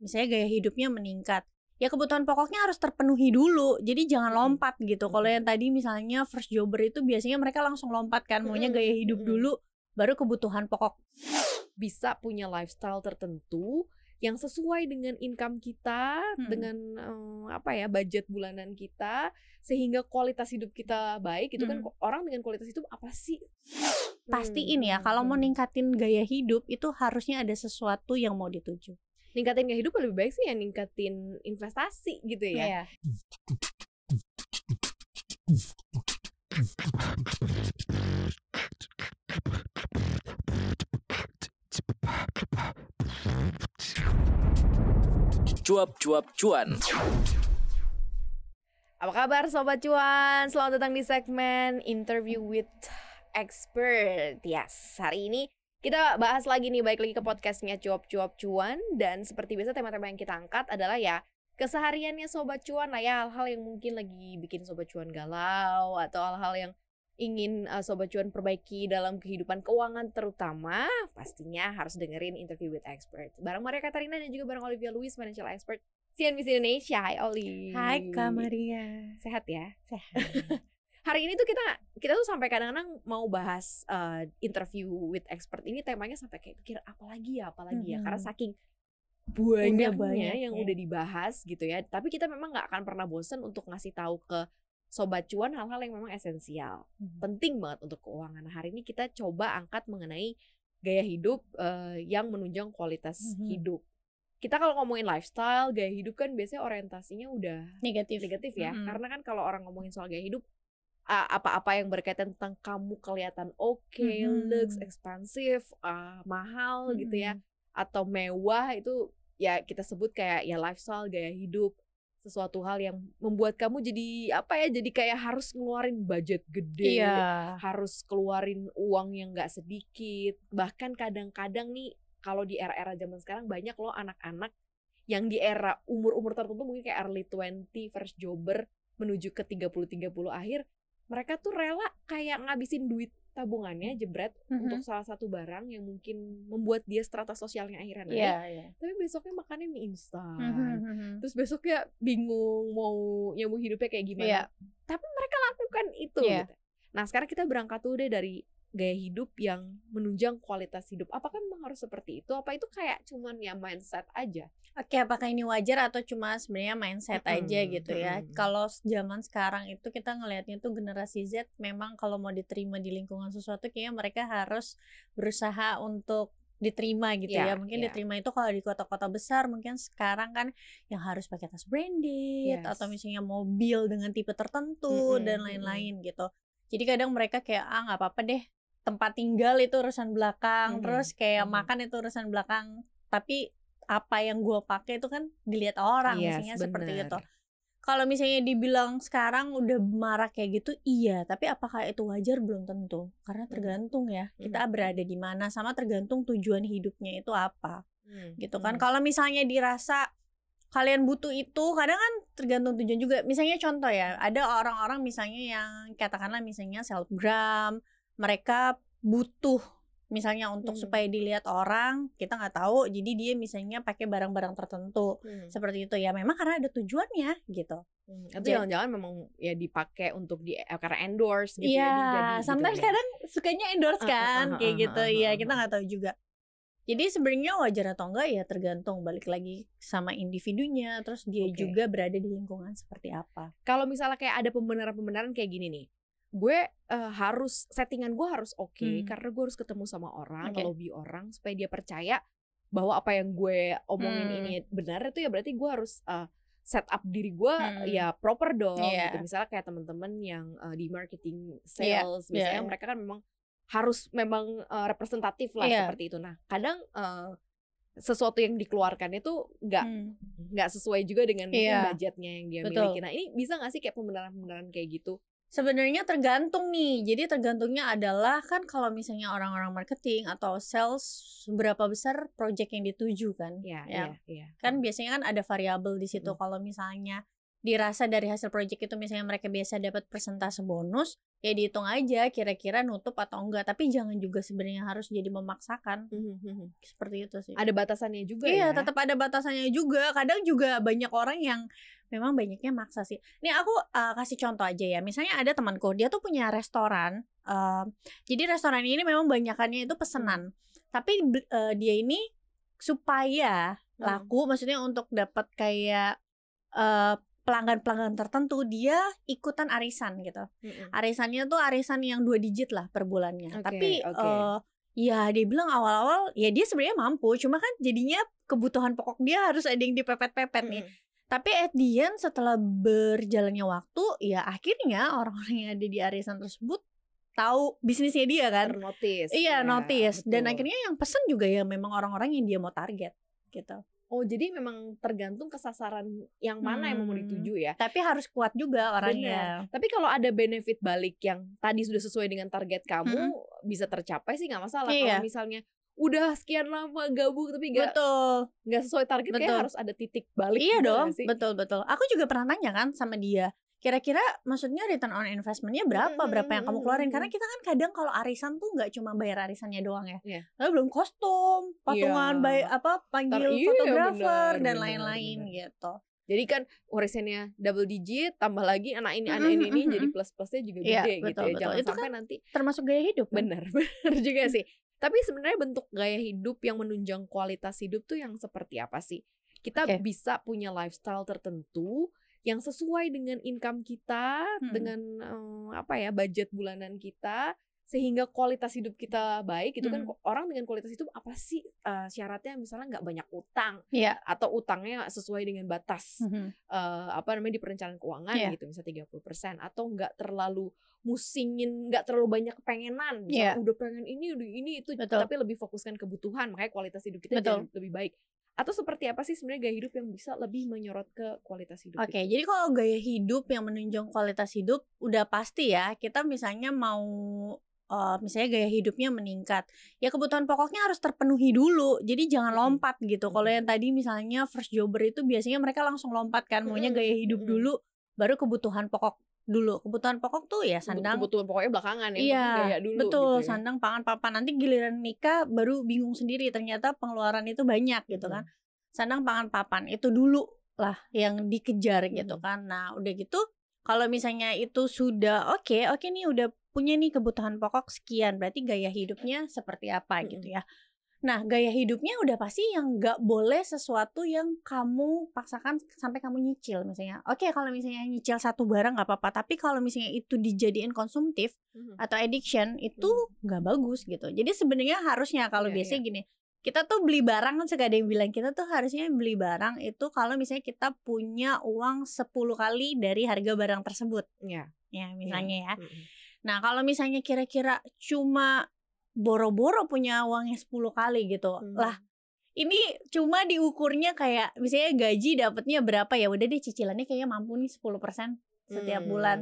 misalnya gaya hidupnya meningkat, ya kebutuhan pokoknya harus terpenuhi dulu. Jadi jangan lompat gitu. Kalau yang tadi misalnya first jobber itu biasanya mereka langsung lompat kan, maunya gaya hidup dulu, baru kebutuhan pokok. Bisa punya lifestyle tertentu yang sesuai dengan income kita, dengan budget bulanan kita, sehingga kualitas hidup kita baik. Itu kan orang dengan kualitas hidup apa sih? Pastiin ya, kalau mau ningkatin gaya hidup itu harusnya ada sesuatu yang mau dituju. Ningkatin gaya hidup lebih baik sih ya ningkatin investasi gitu ya. Cuap-cuap cuan. Apa kabar Sobat Cuan? Selamat datang di segmen Interview with Expert. Yes, hari ini kita bahas lagi nih, balik lagi ke podcastnya Cuap-cuap cuan. Dan seperti biasa tema-tema yang kita angkat adalah ya kesehariannya Sobat Cuan lah ya. Hal-hal yang mungkin lagi bikin Sobat Cuan galau, atau hal-hal yang ingin Sobat Cuan perbaiki dalam kehidupan keuangan terutama. Pastinya harus dengerin Interview with Expert bareng Maria Katarina dan juga bareng Olivia Louis, Financial Expert CNBC Indonesia. Hai Oli. Hai Kak Maria. Sehat ya? Sehat. Hari ini tuh kita tuh sampai kadang-kadang mau bahas Interview with Expert ini, temanya sampai kayak pikir apalagi ya karena saking banyaknya yang udah dibahas gitu ya. Tapi kita memang nggak akan pernah bosan untuk ngasih tahu ke Sobat Cuan hal-hal yang memang esensial, penting banget untuk keuangan. Nah, hari ini kita coba angkat mengenai gaya hidup yang menunjang kualitas hidup. Kita kalau ngomongin lifestyle, gaya hidup kan biasanya orientasinya udah negatif ya. Karena kan kalau orang ngomongin soal gaya hidup, apa-apa yang berkaitan tentang kamu kelihatan looks, ekspansif, mahal gitu ya, atau mewah, itu ya kita sebut kayak ya lifestyle, gaya hidup. Sesuatu hal yang membuat kamu jadi jadi kayak harus ngeluarin budget gede, harus keluarin uang yang gak sedikit. Bahkan kadang-kadang nih kalau di era-era zaman sekarang banyak loh anak-anak yang di era umur-umur tertentu, mungkin kayak early 20, first jobber menuju ke 30 akhir, mereka tuh rela kayak ngabisin duit tabungannya jebret untuk salah satu barang yang mungkin membuat dia strata sosialnya akhirnya naik. Tapi besoknya makannya mie instan. Terus besoknya bingung mau nyambung hidupnya kayak gimana. Tapi mereka lakukan itu gitu. Nah, sekarang kita berangkat tuh deh dari gaya hidup yang menunjang kualitas hidup. Apakah memang harus seperti itu? Apa itu kayak cuman ya mindset aja? Oke, apakah ini wajar atau cuma sebenarnya mindset aja gitu ya? Kalau zaman sekarang itu kita ngelihatnya tuh generasi Z memang kalau mau diterima di lingkungan sesuatu kayaknya mereka harus berusaha untuk diterima gitu ya. Mungkin diterima itu kalau di kota-kota besar, mungkin sekarang kan yang harus pakai tas branded atau misalnya mobil dengan tipe tertentu dan lain-lain gitu. Jadi kadang mereka kayak nggak apa-apa deh, tempat tinggal itu urusan belakang, terus kayak makan itu urusan belakang, tapi apa yang gue pakai itu kan dilihat orang, misalnya seperti itu. Kalau misalnya dibilang sekarang udah marak kayak gitu, iya, tapi apakah itu wajar? Belum tentu, karena tergantung ya kita berada di mana, sama tergantung tujuan hidupnya itu apa, gitu kan. Kalau misalnya dirasa kalian butuh itu, kadang kan tergantung tujuan juga. Misalnya contoh ya, ada orang-orang misalnya yang katakanlah misalnya selebgram, mereka butuh misalnya untuk supaya dilihat orang, kita nggak tahu, jadi dia misalnya pakai barang-barang tertentu seperti itu ya, memang karena ada tujuannya gitu. Atau jangan-jangan memang ya dipakai untuk karena endorse gitu ya, sampai gitu, kadang sukanya endorse kan kayak gitu ya, kita nggak tahu juga. Jadi sebenarnya wajar atau enggak ya tergantung, balik lagi sama individunya, terus dia juga berada di lingkungan seperti apa. Kalau misalnya kayak ada pembenaran-pembenaran kayak gini nih, gue settingan gue harus karena gue harus ketemu sama orang, ngelobi orang supaya dia percaya bahwa apa yang gue omongin ini benar, itu ya berarti gue harus set up diri gue ya proper dong gitu. Misalnya kayak teman-teman yang di marketing, sales, misalnya mereka kan memang harus memang representatif lah seperti itu. Nah, kadang sesuatu yang dikeluarkan itu nggak sesuai juga dengan budgetnya yang dia miliki. Nah, ini bisa nggak sih kayak pembenaran-pembenaran kayak gitu? Sebenarnya tergantung nih. Jadi tergantungnya adalah kan kalau misalnya orang-orang marketing atau sales, berapa besar project yang dituju kan? Kan biasanya kan ada variabel di situ. Kalau misalnya dirasa dari hasil project itu misalnya mereka biasa dapat persentase bonus, ya dihitung aja kira-kira nutup atau enggak. Tapi jangan juga sebenarnya harus jadi memaksakan. Seperti itu sih. Ada batasannya juga Iya, ya. tetap ada batasannya juga. Kadang juga banyak orang yang memang banyaknya maksa sih. Nih aku kasih contoh aja ya. Misalnya ada temanku, dia tuh punya restoran. Jadi restoran ini memang banyakannya itu pesanan. Tapi dia ini supaya laku, maksudnya untuk dapat kayak pelanggan-pelanggan tertentu, dia ikutan arisan gitu. Arisannya tuh arisan yang 2 digit lah per bulannya. Tapi ya dia bilang awal-awal ya dia sebenarnya mampu, cuma kan jadinya kebutuhan pokok dia harus ada yang dipepet-pepet nih. Tapi at the end setelah berjalannya waktu, ya akhirnya orang-orang yang ada di arisan tersebut tahu bisnisnya dia kan. Ternotis. Iya, notice. Betul. Dan akhirnya yang pesen juga ya memang orang-orang yang dia mau target gitu. Oh, jadi memang tergantung ke sasaran yang mana yang mau dituju ya. Tapi harus kuat juga orangnya. Benar. Tapi kalau ada benefit balik yang tadi sudah sesuai dengan target kamu, bisa tercapai sih nggak masalah. Iya. Kalau misalnya udah sekian lama gabung tapi nggak sesuai target, kayak harus ada titik balik. Iya juga dong, sih? betul. Aku juga pernah nanya kan sama dia, kira-kira maksudnya return on investment-nya berapa yang kamu keluarin? Karena kita kan kadang kalau arisan tuh nggak cuma bayar arisannya doang ya. Lalu belum kostum, patungan, panggil fotografer dan lain-lain gitu. Jadi kan warisannya double digit, tambah lagi anak ini jadi plus-plusnya juga gede gitu ya. Jangan itu sampai kan nanti termasuk gaya hidup. Benar juga sih. Tapi sebenarnya bentuk gaya hidup yang menunjang kualitas hidup tuh yang seperti apa sih? Kita bisa punya lifestyle tertentu yang sesuai dengan income kita, dengan budget bulanan kita, sehingga kualitas hidup kita baik. Itu kan orang dengan kualitas hidup apa sih syaratnya? Misalnya nggak banyak utang, atau utangnya sesuai dengan batas di perencanaan keuangan gitu, misalnya 30%, atau nggak terlalu musingin, nggak terlalu banyak kepengenan, misalnya udah pengen ini itu, tapi lebih fokuskan kebutuhan, makanya kualitas hidup kita jadi lebih baik. Atau seperti apa sih sebenarnya gaya hidup yang bisa lebih menyorot ke kualitas hidup? Oke, jadi kalau gaya hidup yang menunjang kualitas hidup udah pasti ya, kita misalnya mau misalnya gaya hidupnya meningkat, ya kebutuhan pokoknya harus terpenuhi dulu. Jadi jangan lompat gitu. Kalau yang tadi misalnya first jobber itu biasanya mereka langsung lompat kan, maunya gaya hidup dulu, baru kebutuhan pokok dulu. Kebutuhan pokok tuh ya sandang, kebutuhan pokoknya belakangan ya. Iya, gaya dulu betul gitu ya. Sandang, pangan, papan. Nanti giliran nikah baru bingung sendiri, ternyata pengeluaran itu banyak gitu kan. Sandang, pangan, papan itu dulu lah yang dikejar gitu kan. Nah udah gitu, kalau misalnya itu sudah oke nih udah punya nih kebutuhan pokok sekian, berarti gaya hidupnya seperti apa gitu ya. Nah gaya hidupnya udah pasti yang gak boleh sesuatu yang kamu paksakan sampai kamu nyicil misalnya. Oke, kalau misalnya nyicil satu barang gak apa-apa, tapi kalau misalnya itu dijadiin konsumtif atau addiction itu gak bagus gitu. Jadi sebenarnya harusnya kalau biasanya gini, kita tuh beli barang kan, suka ada yang bilang kita tuh harusnya beli barang itu kalau misalnya kita punya uang 10 kali dari harga barang tersebut. Ya misalnya ya. Nah kalau misalnya kira-kira cuma boro-boro punya uangnya 10 kali gitu, lah ini cuma diukurnya kayak misalnya gaji dapatnya berapa, ya udah deh cicilannya kayaknya mampu nih 10% setiap bulan.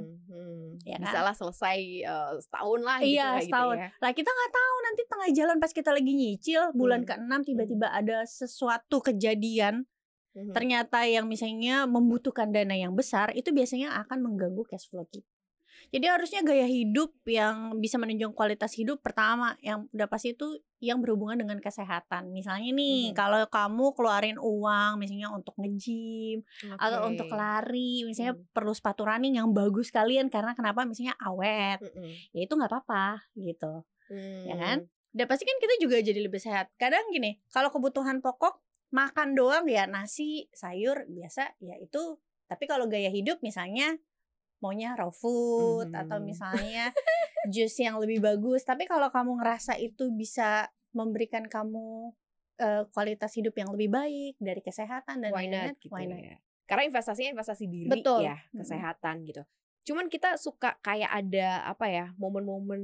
Ya kan? Bisa lah selesai setahun lah gitu. Iya, setahun. Gitu ya. Lah kita nggak tahu nanti tengah jalan pas kita lagi nyicil bulan ke-6 tiba-tiba ada sesuatu kejadian, ternyata yang misalnya membutuhkan dana yang besar, itu biasanya akan mengganggu cash flow kita. Jadi harusnya gaya hidup yang bisa menunjang kualitas hidup, pertama yang udah pasti itu yang berhubungan dengan kesehatan. Misalnya nih, kalau kamu keluarin uang misalnya untuk nge-gym atau untuk lari, misalnya perlu sepatu running yang bagus kalian, karena kenapa? Misalnya awet. Ya itu nggak apa-apa gitu. Ya kan? Udah pasti kan kita juga jadi lebih sehat. Kadang gini, kalau kebutuhan pokok makan doang ya nasi, sayur biasa ya itu. Tapi kalau gaya hidup misalnya maunya raw food atau misalnya jus yang lebih bagus. Tapi kalau kamu ngerasa itu bisa memberikan kamu kualitas hidup yang lebih baik dari kesehatan dan lain-lain, why not? Ya. Karena investasinya investasi diri. Betul. Ya, kesehatan gitu. Cuman kita suka kayak ada momen-momen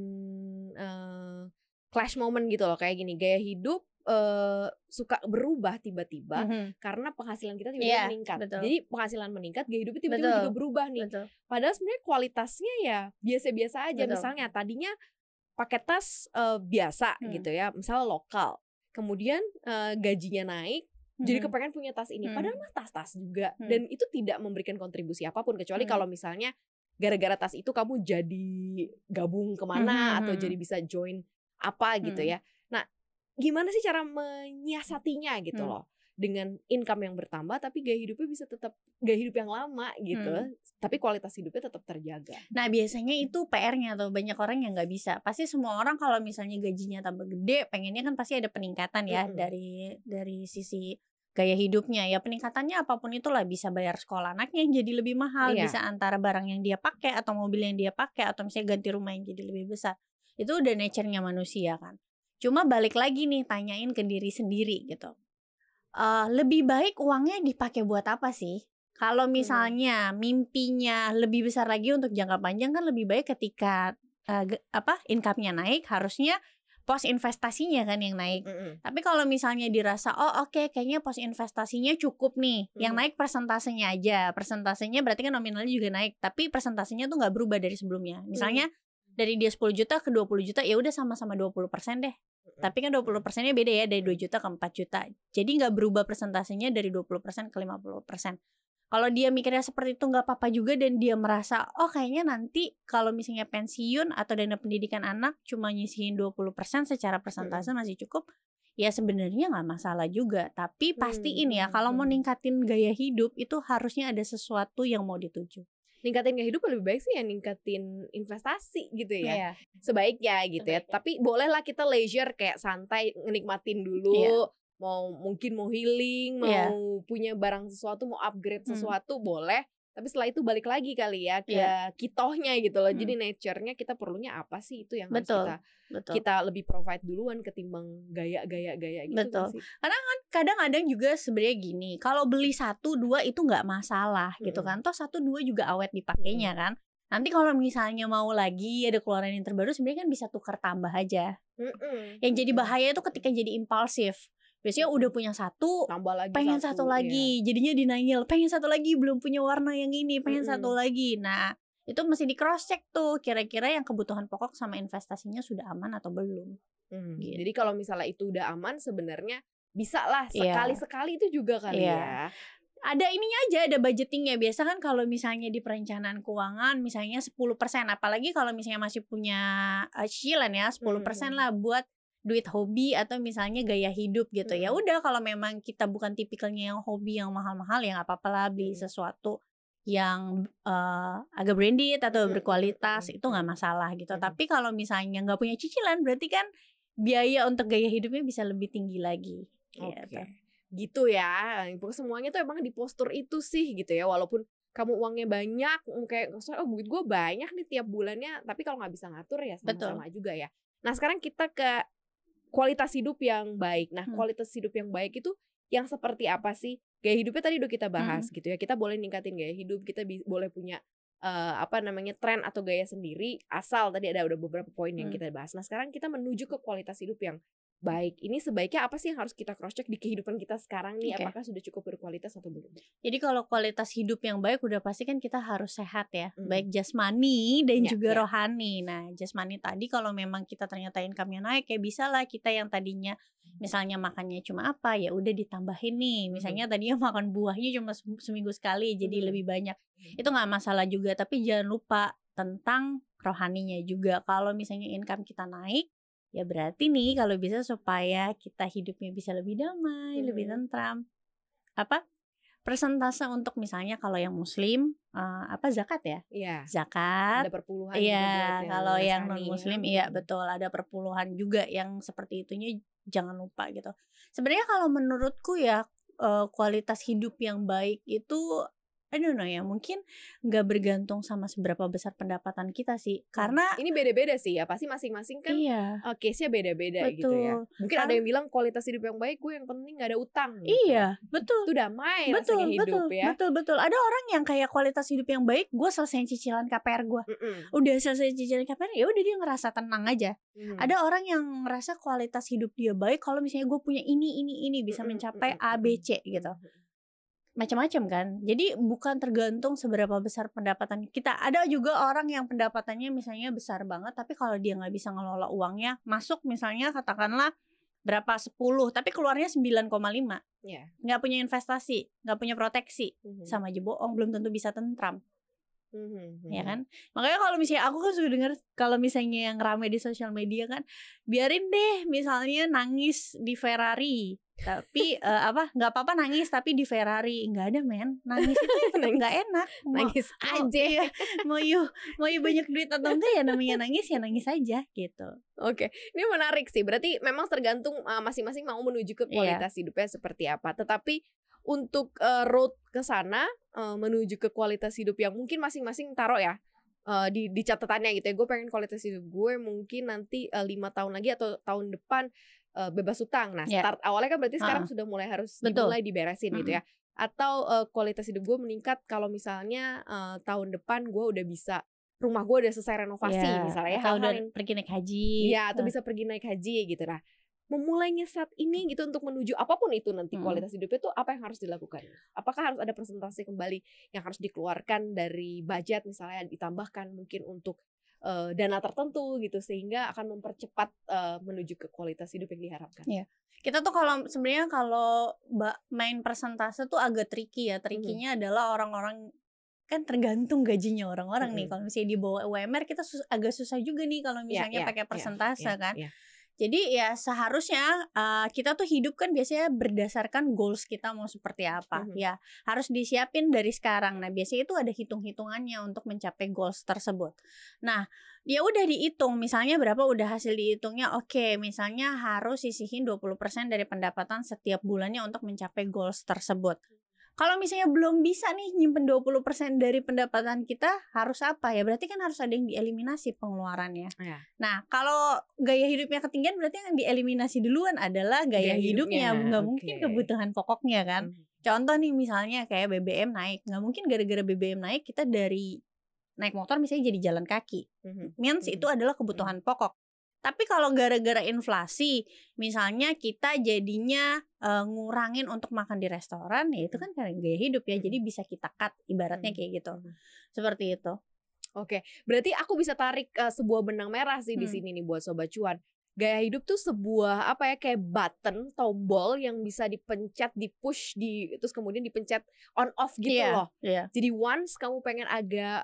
clash moment gitu loh, kayak gini, gaya hidup suka berubah tiba-tiba karena penghasilan kita tiba-tiba meningkat. Betul. Jadi penghasilan meningkat, gaya hidupnya tiba-tiba juga berubah nih. Padahal sebenarnya kualitasnya ya biasa-biasa aja. Misalnya tadinya pakai tas biasa gitu ya, misalnya lokal. Kemudian gajinya naik, jadi kepengen punya tas ini. Padahal mah tas-tas juga. Dan itu tidak memberikan kontribusi apapun. Kecuali kalau misalnya gara-gara tas itu kamu jadi gabung kemana atau jadi bisa join apa gitu ya. Nah, gimana sih cara menyiasatinya gitu loh, dengan income yang bertambah tapi gaya hidupnya bisa tetap gaya hidup yang lama gitu, tapi kualitas hidupnya tetap terjaga. Nah biasanya itu PR-nya tuh, banyak orang yang nggak bisa. Pasti semua orang kalau misalnya gajinya tambah gede, pengennya kan pasti ada peningkatan ya dari sisi gaya hidupnya ya. Peningkatannya apapun itulah, bisa bayar sekolah anaknya yang jadi lebih mahal, bisa antara barang yang dia pakai atau mobil yang dia pakai, atau misalnya ganti rumah yang jadi lebih besar. Itu udah nature-nya manusia kan. Cuma balik lagi nih, tanyain ke diri sendiri gitu. Lebih baik uangnya dipakai buat apa sih? Kalau misalnya mimpinya lebih besar lagi untuk jangka panjang, kan lebih baik ketika income-nya naik, harusnya pos investasinya kan yang naik. Tapi kalau misalnya dirasa oke, kayaknya pos investasinya cukup nih, yang naik persentasenya aja. Persentasenya berarti kan nominalnya juga naik, tapi persentasenya tuh nggak berubah dari sebelumnya. Misalnya dari dia 10 juta ke 20 juta, ya udah sama-sama 20% deh. Tapi kan 20%-nya beda ya, dari 2 juta ke 4 juta. Jadi nggak berubah persentasenya dari 20% ke 50%. Kalau dia mikirnya seperti itu nggak apa-apa juga, dan dia merasa kayaknya nanti kalau misalnya pensiun atau dana pendidikan anak cuma nyisihin 20% secara persentase masih cukup, ya sebenarnya nggak masalah juga. Tapi pastiin ya, kalau mau ningkatin gaya hidup itu harusnya ada sesuatu yang mau dituju. Ningkatin gaya hidup lebih baik sih ya ningkatin investasi gitu ya, sebaiknya gitu ya. Tapi bolehlah kita leisure, kayak santai, nikmatin dulu. Mungkin mau healing, mau punya barang sesuatu, mau upgrade sesuatu, boleh. Tapi setelah itu balik lagi kali ya ke kitohnya gitu loh. Jadi nature-nya kita perlunya apa sih, itu yang harus kita lebih provide duluan ketimbang gaya gitu. Betul. Karena kan kadang-kadang juga sebenarnya gini, kalau beli 1-2 itu nggak masalah gitu kan. Toh 1-2 juga awet dipakainya kan. Nanti kalau misalnya mau lagi ada keluaran yang terbaru, sebenarnya kan bisa tukar tambah aja. Yang jadi bahaya itu ketika jadi impulsif. Biasanya udah punya satu, pengen satu lagi, jadinya denial, pengen satu lagi, belum punya warna yang ini, pengen satu lagi. Nah itu mesti di cross check tuh, kira-kira yang kebutuhan pokok sama investasinya sudah aman atau belum. Gitu. Jadi kalau misalnya itu udah aman, sebenarnya bisa lah sekali-sekali itu juga kali ya. Ada ininya aja, ada budgetingnya. Biasa kan kalau misalnya di perencanaan keuangan misalnya 10%, apalagi kalau misalnya masih punya cicilan ya, 10% lah buat duit hobi atau misalnya gaya hidup gitu. Ya udah, kalau memang kita bukan tipikalnya yang hobi yang mahal-mahal, ya nggak apa-apa lah beli sesuatu yang agak branded atau berkualitas, itu nggak masalah gitu. Tapi kalau misalnya nggak punya cicilan, berarti kan biaya untuk gaya hidupnya bisa lebih tinggi lagi. Gitu ya. Semuanya tuh emang di postur itu sih gitu ya. Walaupun kamu uangnya banyak, kayak duit gue banyak nih tiap bulannya, tapi kalau nggak bisa ngatur ya sama-sama juga ya. Nah sekarang kita ke kualitas hidup yang baik. Nah kualitas hidup yang baik itu yang seperti apa sih? Gaya hidupnya tadi udah kita bahas gitu ya. Kita boleh ningkatin gaya hidup, kita boleh punya tren atau gaya sendiri, asal tadi ada beberapa poin yang kita bahas. Nah sekarang kita menuju ke kualitas hidup yang baik. Ini sebaiknya apa sih yang harus kita cross check di kehidupan kita sekarang nih? Apakah sudah cukup berkualitas atau belum? Jadi kalau kualitas hidup yang baik udah pasti kan kita harus sehat ya, baik jasmani dan juga rohani. Nah jasmani tadi kalau memang kita ternyata income-nya naik, kayak bisa lah kita yang tadinya misalnya makannya cuma apa, ya udah ditambahin nih. Misalnya tadinya makan buahnya cuma seminggu sekali, jadi lebih banyak. Itu nggak masalah juga. Tapi jangan lupa tentang rohaninya juga. Kalau misalnya income kita naik, ya berarti nih kalau bisa supaya kita hidupnya bisa lebih damai, lebih tentram. Persentase untuk misalnya kalau yang muslim zakat ya? Iya. Zakat. Ada perpuluhan. Iya, kalau yang non muslim betul, ada perpuluhan juga yang seperti itunya, jangan lupa gitu. Sebenarnya kalau menurutku ya kualitas hidup yang baik itu I don't know ya, mungkin nggak bergantung sama seberapa besar pendapatan kita sih, karena ini beda-beda sih ya, pasti masing-masing kan case-nya beda-beda gitu ya. Mungkin ada yang bilang kualitas hidup yang baik, gue yang penting nggak ada utang gitu. Iya, betul. Itu damai rasanya hidup ya. Betul. Ada orang yang kayak kualitas hidup yang baik, gue selesai cicilan KPR gue. Udah selesai cicilan KPR, ya udah dia ngerasa tenang aja. Ada orang yang ngerasa kualitas hidup dia baik kalau misalnya gue punya ini bisa mencapai A, B, C gitu. Macam-macam kan. Jadi bukan tergantung seberapa besar pendapatan kita. Ada juga orang yang pendapatannya misalnya besar banget, tapi kalau dia nggak bisa ngelola uangnya, masuk misalnya katakanlah berapa 10 tapi keluarnya 9,5. Iya. Nggak punya investasi, nggak punya proteksi, Mhm. sama aja bohong, belum tentu bisa tentram. Mhm. Ya kan? Makanya kalau misalnya aku kan suka dengar kalau misalnya yang rame di sosial media kan, biarin deh misalnya nangis di Ferrari, tapi nggak apa-apa nangis tapi di Ferrari. Nggak ada men, nangis itu ya tetap nggak enak. Nangis aja. Iya, mau you banyak duit atau enggak ya namanya nangis aja gitu. Oke, ini menarik sih. Berarti memang tergantung masing-masing mau menuju ke kualitas hidupnya seperti apa. Tetapi untuk road ke sana menuju ke kualitas hidup yang mungkin masing-masing taruh ya di catatannya gitu ya. Gue pengen kualitas hidup gue mungkin nanti 5 tahun lagi atau tahun depan bebas utang. Nah, start awalnya kan berarti sekarang sudah mulai harus dimulai diberesin gitu ya. Atau kualitas hidup gue meningkat kalau misalnya tahun depan gue udah bisa rumah gue udah selesai renovasi misalnya, atau hal-hal udah yang pergi naik haji. ya atau bisa pergi naik haji gitu. Nah, memulainya saat ini gitu untuk menuju apapun itu nanti kualitas hidupnya tuh apa yang harus dilakukan? Apakah harus ada presentasi kembali yang harus dikeluarkan dari budget misalnya ditambahkan mungkin untuk dana tertentu gitu sehingga akan mempercepat menuju ke kualitas hidup yang diharapkan. Iya. Kita tuh sebenarnya kalau main persentase tuh agak tricky ya. Trickynya adalah orang-orang kan tergantung gajinya orang-orang nih. Kalau misalnya di bawah UMR kita agak susah juga nih kalau misalnya pakai persentase kan. Jadi ya seharusnya kita tuh hidup kan biasanya berdasarkan goals kita mau seperti apa. Ya harus disiapin dari sekarang. Nah biasanya itu ada hitung-hitungannya untuk mencapai goals tersebut. Nah ya udah dihitung misalnya berapa udah hasil dihitungnya. Oke, misalnya harus sisihin 20% dari pendapatan setiap bulannya untuk mencapai goals tersebut. Kalau misalnya belum bisa nih nyimpen 20% dari pendapatan kita, harus apa ya? Berarti kan harus ada yang dieliminasi pengeluarannya. Nah, kalau gaya hidupnya ketinggian berarti yang dieliminasi duluan adalah gaya hidupnya. Nggak mungkin kebutuhan pokoknya kan. Contoh nih misalnya kayak BBM naik. Nggak mungkin gara-gara BBM naik kita dari naik motor misalnya jadi jalan kaki. Means itu adalah kebutuhan pokok. Tapi kalau gara-gara inflasi, misalnya kita jadinya ngurangin untuk makan di restoran, ya itu kan karena gaya hidup ya, jadi bisa kita cut ibaratnya kayak gitu, seperti itu. Oke, berarti aku bisa tarik sebuah benang merah sih di sini nih buat Sobat Cuan. Gaya hidup tuh sebuah kayak button, tombol yang bisa dipencet, dipush, terus kemudian dipencet on off gitu loh. Jadi once kamu pengen agak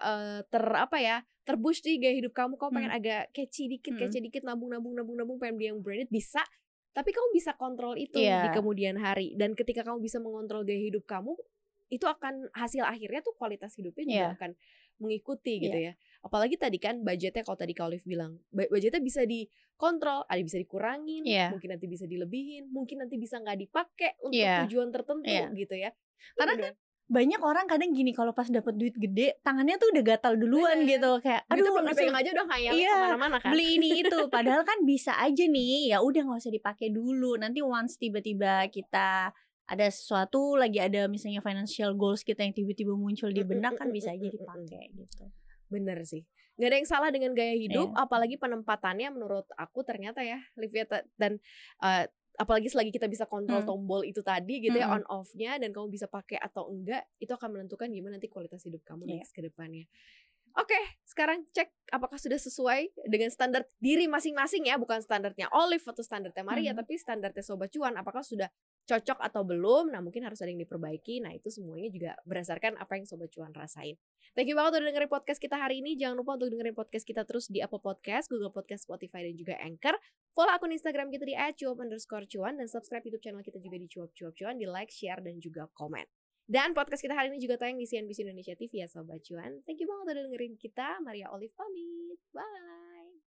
terpush di gaya hidup kamu pengen agak catchy dikit, nabung, pengen beli yang branded bisa. Tapi kamu bisa kontrol itu di kemudian hari. Dan ketika kamu bisa mengontrol gaya hidup kamu, itu akan hasil akhirnya tuh kualitas hidupnya juga akan mengikuti gitu ya. Apalagi tadi kan budgetnya kalau tadi Kak Olive bilang, budgetnya bisa dikontrol, ada bisa dikurangin, mungkin nanti bisa dilebihin, mungkin nanti bisa nggak dipakai untuk tujuan tertentu gitu ya. Karena kan banyak orang kadang gini kalau pas dapat duit gede tangannya tuh udah gatal duluan gitu kayak aduh belum dipegang aja udah ngayalin kemana-mana kan beli ini itu padahal kan bisa aja nih ya udah nggak usah dipakai dulu nanti once tiba-tiba kita ada sesuatu lagi ada misalnya financial goals kita yang tiba-tiba muncul di benak kan bisa aja dipakai gitu. Bener sih, nggak ada yang salah dengan gaya hidup, apalagi penempatannya menurut aku ternyata ya Livia dan apalagi selagi kita bisa kontrol tombol itu tadi gitu ya on off-nya dan kamu bisa pakai atau enggak itu akan menentukan gimana nanti kualitas hidup kamu next ke depannya. Oke, sekarang cek apakah sudah sesuai dengan standar diri masing-masing ya, bukan standarnya Olive atau standarnya Maria tapi standarnya Sobat Cuan apakah sudah cocok atau belum. Nah mungkin harus ada yang diperbaiki. Nah itu semuanya juga berdasarkan apa yang Sobat Cuan rasain. Thank you banget udah dengerin podcast kita hari ini. Jangan lupa untuk dengerin podcast kita terus di Apple Podcast, Google Podcast, Spotify, dan juga Anchor. Follow akun Instagram kita di @cuap_cuan dan subscribe YouTube channel kita juga di cuap-cuap-cuan, di like, share, dan juga komen. Dan podcast kita hari ini juga tayang di CNBC Indonesia TV ya Sobat Cuan. Thank you banget udah dengerin kita. Maria Olive pamit. Bye.